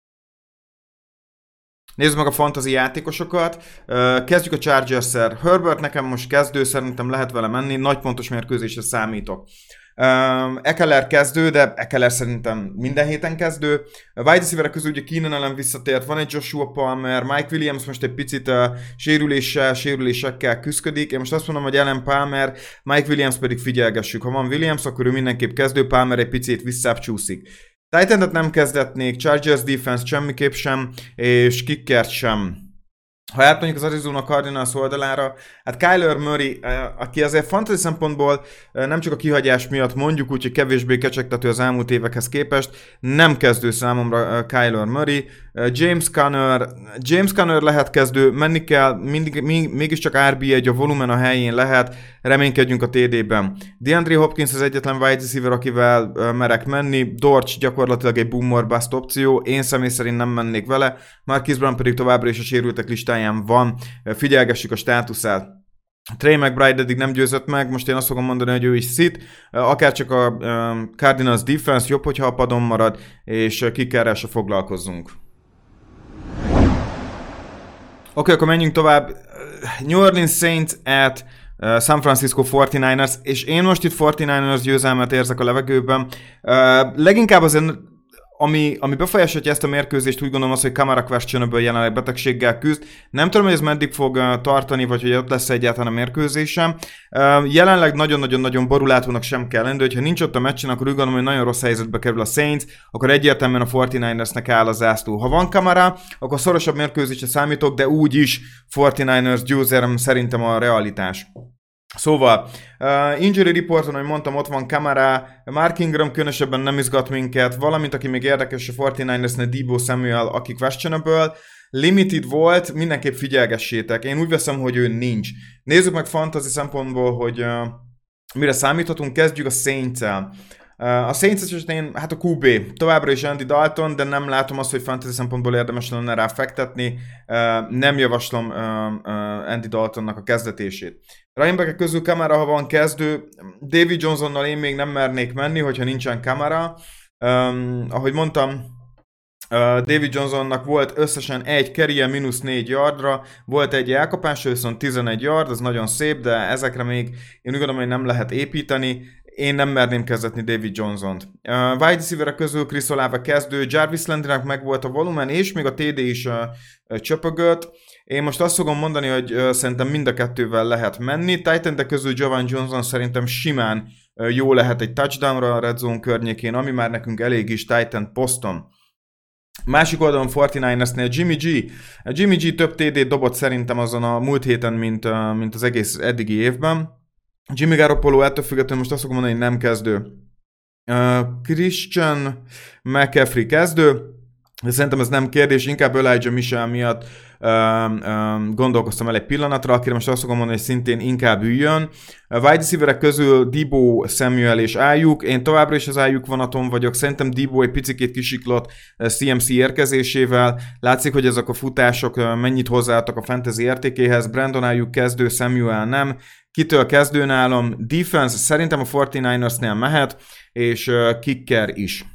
Nézzük meg a fantasy játékosokat. Kezdjük a Chargers-szel. Herbert nekem most kezdő, szerintem lehet vele menni, nagy pontos mérkőzésre számítok. Ekeler kezdő, de Ekeler szerintem minden héten kezdő. Wide receiverek közül ugye Keenan ellen visszatért, van egy Joshua Palmer, Mike Williams most egy picit sérülésekkel küszködik. Én most azt mondom, hogy Allen Palmer, Mike Williams pedig figyelgessük. Ha van Williams, akkor ő mindenképp kezdő, Palmer egy picit visszább csúszik. Titan-et nem kezdetnék, Chargers defense semmiképp sem, és kickert sem. ha átmondjuk az Arizona Cardinals oldalára, hát Kyler Murray, aki azért fantasy szempontból nem csak a kihagyás miatt mondjuk úgy, hogy kevésbé kecsegtető az elmúlt évekhez képest, nem kezdő számomra Kyler Murray. James Conner lehet kezdő, menni kell, mégiscsak RB1, a volumen a helyén lehet, reménykedjünk a TD-ben. DeAndre Hopkins az egyetlen wide receiver, akivel merek menni, Dortch gyakorlatilag egy boom or bust opció, én személy szerint nem mennék vele, Marquise Brown pedig továbbra is a sérültek listáján van, figyelgessük a státuszát. Trey McBride eddig nem győzött meg, most én azt fogom mondani, hogy ő is szit, akárcsak a Cardinals defense jobb, hogyha a padon marad, és kickerrel se foglalkozzunk. Oké, akkor menjünk tovább. New Orleans Saints at San Francisco 49ers, és én most itt 49ers győzelmet érzek a levegőben. Leginkább azért, ami befolyásolja ezt a mérkőzést, úgy gondolom az, hogy Kamara questionable jelenleg betegséggel küzd. Nem tudom, hogy ez meddig fog tartani, vagy hogy ott lesz egyáltalán a mérkőzésem. Jelenleg nagyon-nagyon-nagyon borulátónak sem kell lenni, de hogyha nincs ott a meccsen, akkor úgy gondolom, hogy nagyon rossz helyzetbe kerül a Saints, akkor egyértelműen a 49ersnek áll a zászló. Ha van Kamara, akkor szorosabb mérkőzésre számítok, de úgy is 49ers győzelem szerintem a realitás. Szóval, injury reporton, ahogy mondtam, ott van Kamara, Mark Ingram különösebben nem izgat minket, valamint aki még érdekes a 49ersnél Deebo Samuel, aki questionable, limited volt, mindenképp figyelgessétek, én úgy veszem, hogy ő nincs. Nézzük meg fantasy szempontból, hogy mire számíthatunk, kezdjük a Saints-el. A Saints esetén, hát a QB, továbbra is Andy Dalton, de nem látom azt, hogy fantasy szempontból érdemes lenne rá fektetni, nem javaslom Andy Daltonnak a kezdetését. Running back közül Kamara, ha van kezdő, David Johnsonnal én még nem mernék menni, hogyha nincsen Kamara. Ahogy mondtam, David Johnsonnak volt összesen egy carry-e -4 yardra, volt egy elkapása, viszont 11 yard, az nagyon szép, de ezekre még én úgy gondolom, hogy nem lehet építeni. Én nem merném kezdetni David Johnson-t. Wide receiverek közül Chris Olave kezdő, Jarvis Landrynek meg volt a volumen, és még a TD is csöpögött. Én most azt fogom mondani, hogy szerintem mind a kettővel lehet menni. Titan-de közül Jovan Johnson szerintem simán jó lehet egy touchdownra a red zone környékén, ami már nekünk elég is Titan poszton. Másik oldalon 49ersnél Jimmy G. Jimmy G több TD dobott szerintem azon a múlt héten, mint az egész eddigi évben. Jimmy Garoppolo ettől függetlenül most azt fogom mondani, hogy nem kezdő. Christian McCaffrey kezdő, de szerintem ez nem kérdés, inkább Elijah Mitchell miatt gondolkoztam el egy pillanatra, akire most azt fogom mondani, hogy szintén inkább üljön. A wide receiverek közül Deebo, Samuel és Ayuk, én továbbra is az Ayuk vonaton vagyok, szerintem Deebo egy picikét kisiklott CMC érkezésével, látszik, hogy ezek a futások mennyit hozzáadtak a fantasy értékéhez, Brandon Ayuk kezdő, Samuel nem, kitől kezdő nálam, defense szerintem a 49ersnél mehet, és kicker is.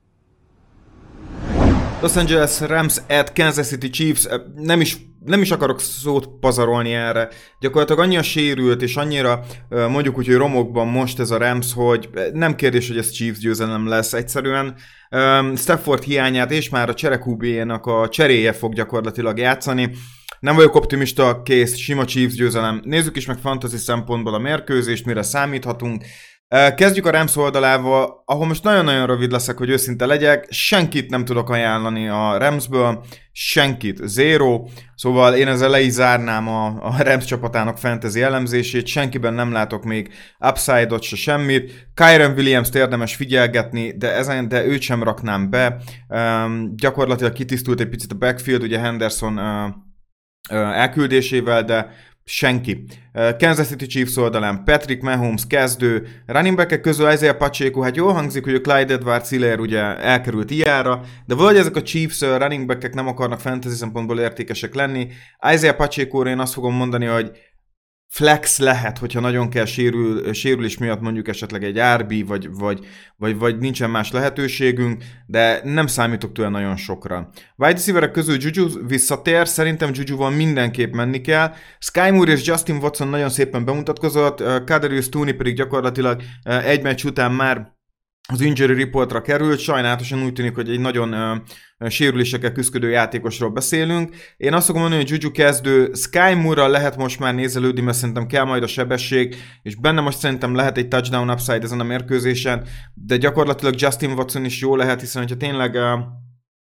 Los Angeles Rams at Kansas City Chiefs, nem is akarok szót pazarolni erre. Gyakorlatilag annyira sérült, és annyira mondjuk úgy, hogy romokban most ez a Rams, hogy nem kérdés, hogy ez Chiefs győzelem lesz. Egyszerűen Stafford hiányát, és már a csere QB-jének a cseréje fog gyakorlatilag játszani. Nem vagyok optimista, kész, sima Chiefs győzelem. Nézzük is meg fantasy szempontból a mérkőzést, mire számíthatunk. Kezdjük a Rams oldalával, ahol most nagyon-nagyon rövid leszek, hogy őszinte legyek. Senkit nem tudok ajánlani a Ramsből, senkit, zero. Szóval én ezzel le is zárnám a Rams csapatának fantasy elemzését, senkiben nem látok még upside-ot, se semmit. Kyren Williams-t érdemes figyelgetni, de őt sem raknám be. Gyakorlatilag kitisztult egy picit a backfield, ugye Henderson elküldésével, de senki. Kansas City Chiefs oldalán Patrick Mahomes kezdő, running back-ek közül Isaiah Pacheco, hát jól hangzik, hogy a Clyde Edwards-Helaire ugye elkerült ilyenre, de valahogy ezek a Chiefs running back-ek nem akarnak fantasy szempontból értékesek lenni. Isaiah Pacheco-ra én azt fogom mondani, hogy flex lehet, hogyha nagyon kell sérülés miatt mondjuk esetleg egy RB, vagy nincsen más lehetőségünk, de nem számítok tőle nagyon sokra. Wide receiverek közül Juju visszatér, szerintem Jujuval mindenképp menni kell. Sky Moore és Justin Watson nagyon szépen bemutatkozott, Kadarius Toney pedig gyakorlatilag egy meccs után már az injury reportra került, sajnálatosan úgy tűnik, hogy egy nagyon sérülésekkel küzdő játékosról beszélünk. Én azt fogom mondani, hogy Juju kezdő, Sky Moore-ral lehet most már nézelődni, mert szerintem kell majd a sebesség, és benne most szerintem lehet egy touchdown upside ezen a mérkőzésen, de gyakorlatilag Justin Watson is jó lehet, hiszen hogyha tényleg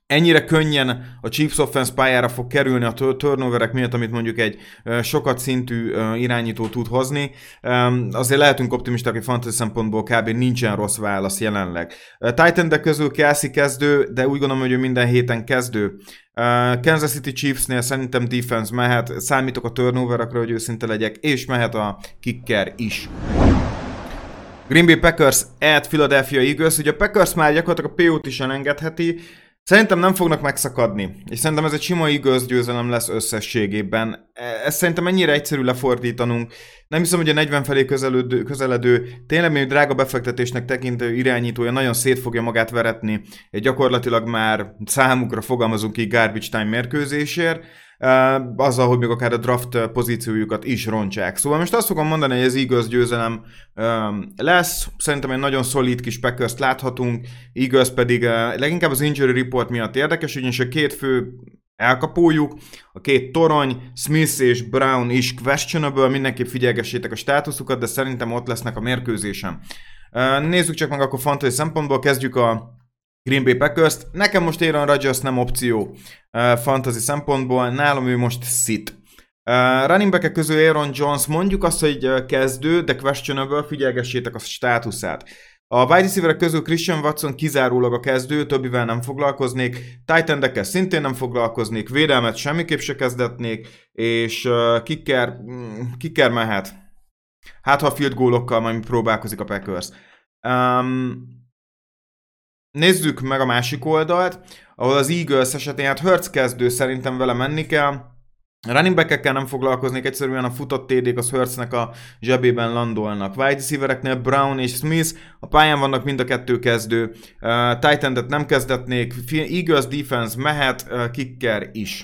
ennyire könnyen a Chiefs offense pályára fog kerülni a turnoverek miatt, amit mondjuk egy sokat szintű irányító tud hozni. Azért lehetünk optimisták, hogy fantasy szempontból kb. Nincsen rossz válasz jelenleg. Tight endek közül Kelsey kezdő, de úgy gondolom, hogy ő minden héten kezdő. Kansas City Chiefsnél szerintem defense mehet, számítok a turnoverekre, hogy őszinte legyek, és mehet a kicker is. Green Bay Packers at Philadelphia Eagles. Ugye a Packers már gyakorlatilag a PO-t is elengedheti. Szerintem nem fognak megszakadni, és szerintem ez egy sima Eagles győzelem lesz összességében. Ezt szerintem ennyire egyszerű lefordítanunk. Nem hiszem, hogy a 40 felé közeledő, tényleg még drága befektetésnek tekintő irányítója nagyon szét fogja magát veretni egy gyakorlatilag már számukra fogalmazunk ki garbage time mérkőzésért, azzal, hogy még akár a draft pozíciójukat is rontsák. Szóval most azt fogom mondani, hogy az Eagles győzelem lesz, szerintem egy nagyon szolid kis Packers-t láthatunk, Eagles pedig leginkább az injury report miatt érdekes, ugyanis a két fő elkapójuk, a két torony, Smith és Brown is questionable, mindenképp figyelgessétek a státuszukat, de szerintem ott lesznek a mérkőzésen. Nézzük csak meg akkor fantasy szempontból, kezdjük a Green Bay Packers-t. Nekem most Aaron Rodgers nem opció fantasy szempontból, nálam ő most sit. Running back-ek közül Aaron Jones, mondjuk azt, hogy kezdő, de questionable, figyelgessétek a státuszát. A wide receiverek közül Christian Watson kizárólag a kezdő, többivel nem foglalkoznék, tight endekkel szintén nem foglalkoznék, védelmet semmiképp se kezdetnék, és kicker mehet. Hát ha a field goalokkal majd próbálkozik a Packers. Nézzük meg a másik oldalt, ahol az Eagles esetén hát Hurts kezdő, szerintem vele menni kell. Running back-ekkel nem foglalkoznék, egyszerűen a futott TD-k az Hurtsnek a zsebében landolnak. Wide receivereknél Brown és Smith, a pályán vannak mind a kettő kezdő. Tight endet nem kezdetnék, Eagles defense mehet, kicker is.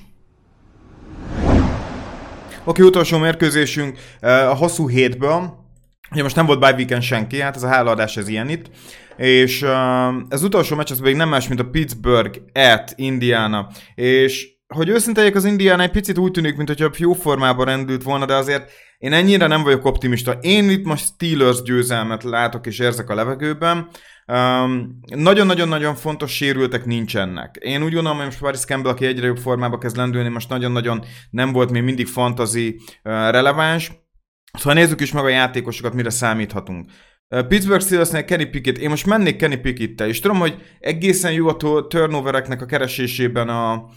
Oké, utolsó mérkőzésünk a hosszú hétből. Ugye most nem volt bye weekend senki, hát ez a hálaadás ez ilyen itt. És ez utolsó meccs az pedig nem más, mint a Pittsburgh at Indiana. És hogy őszinte legyek, az Indiana egy picit úgy tűnik, mint hogyha jó formában rendült volna, de azért én ennyire nem vagyok optimista. Én itt most Steelers győzelmet látok és érzek a levegőben. Nagyon-nagyon-nagyon fontos sérültek nincsenek. Én úgy gondolom, hogy most Paris Campbell, aki egyre jobb formába kezd lendülni, most nagyon-nagyon nem volt még mindig fantasy releváns. Szóval nézzük is meg a játékosokat, mire számíthatunk. Pittsburgh Steelersnél Kenny Pickett, én most mennék Kenny Pickett-tel, és tudom, hogy egészen jó a turnovereknek a keresésében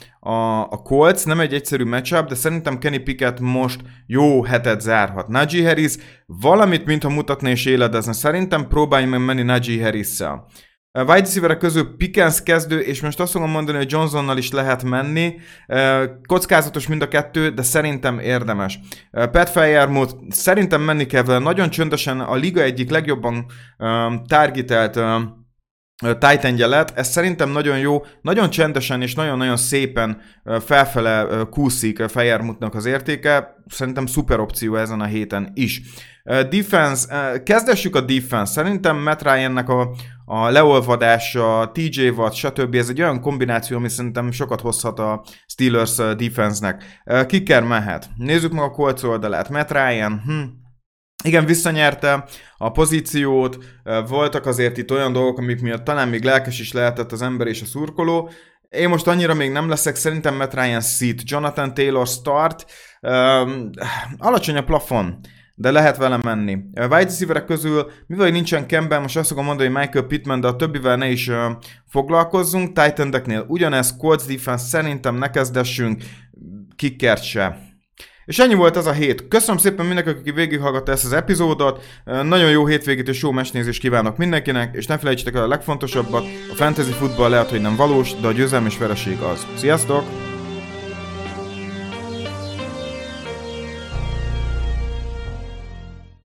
a Colts, nem egy egyszerű matchup, de szerintem Kenny Pickett most jó hetet zárhat. Najee Harris valamit, mintha mutatna és éledezne, szerintem próbálj meg menni Najee Harris-szel. Wide receiverek közül Pickens kezdő, és most azt fogom mondani, hogy Johnsonnal is lehet menni. Kockázatos mind a kettő, de szerintem érdemes. Pat Freiermuth, szerintem menni kell vele. Nagyon csöndesen a liga egyik legjobban targetelt tight endje lett. Ez szerintem nagyon jó, nagyon csendesen és nagyon-nagyon szépen felfele kúszik Freiermuthnak az értéke. Szerintem szuper opció ezen a héten is. Defense, kezdessük a defense. Szerintem Matt Ryannek a leolvadása, TJ Watt, stb. Ez egy olyan kombináció, ami szerintem sokat hozhat a Steelers defense-nek. Kicker mehet. Nézzük meg a Colts oldalát. Matt Ryan, igen, visszanyerte a pozíciót, voltak azért itt olyan dolgok, amik miatt talán még lelkes is lehetett az ember és a szurkoló. Én most annyira még nem leszek, szerintem Matt Ryan sit, Jonathan Taylor start, alacsony a plafon, de lehet vele menni. Wide receiverek közül, mivel nincsen Campbell, most azt fogom mondani, hogy Michael Pittman, de a többivel ne is foglalkozzunk. Tight endeknél ugyanez, Colts defense szerintem ne kezdessünk, kickert se. És ennyi volt ez a hét. Köszönöm szépen mindenkinek, aki végighallgatta ezt az epizódot. Nagyon jó hétvégét és jó meccsnézést kívánok mindenkinek, és ne felejtsétek el a legfontosabbat, a fantasy futball lehet, hogy nem valós, de a győzelem és vereség az. Sziasztok!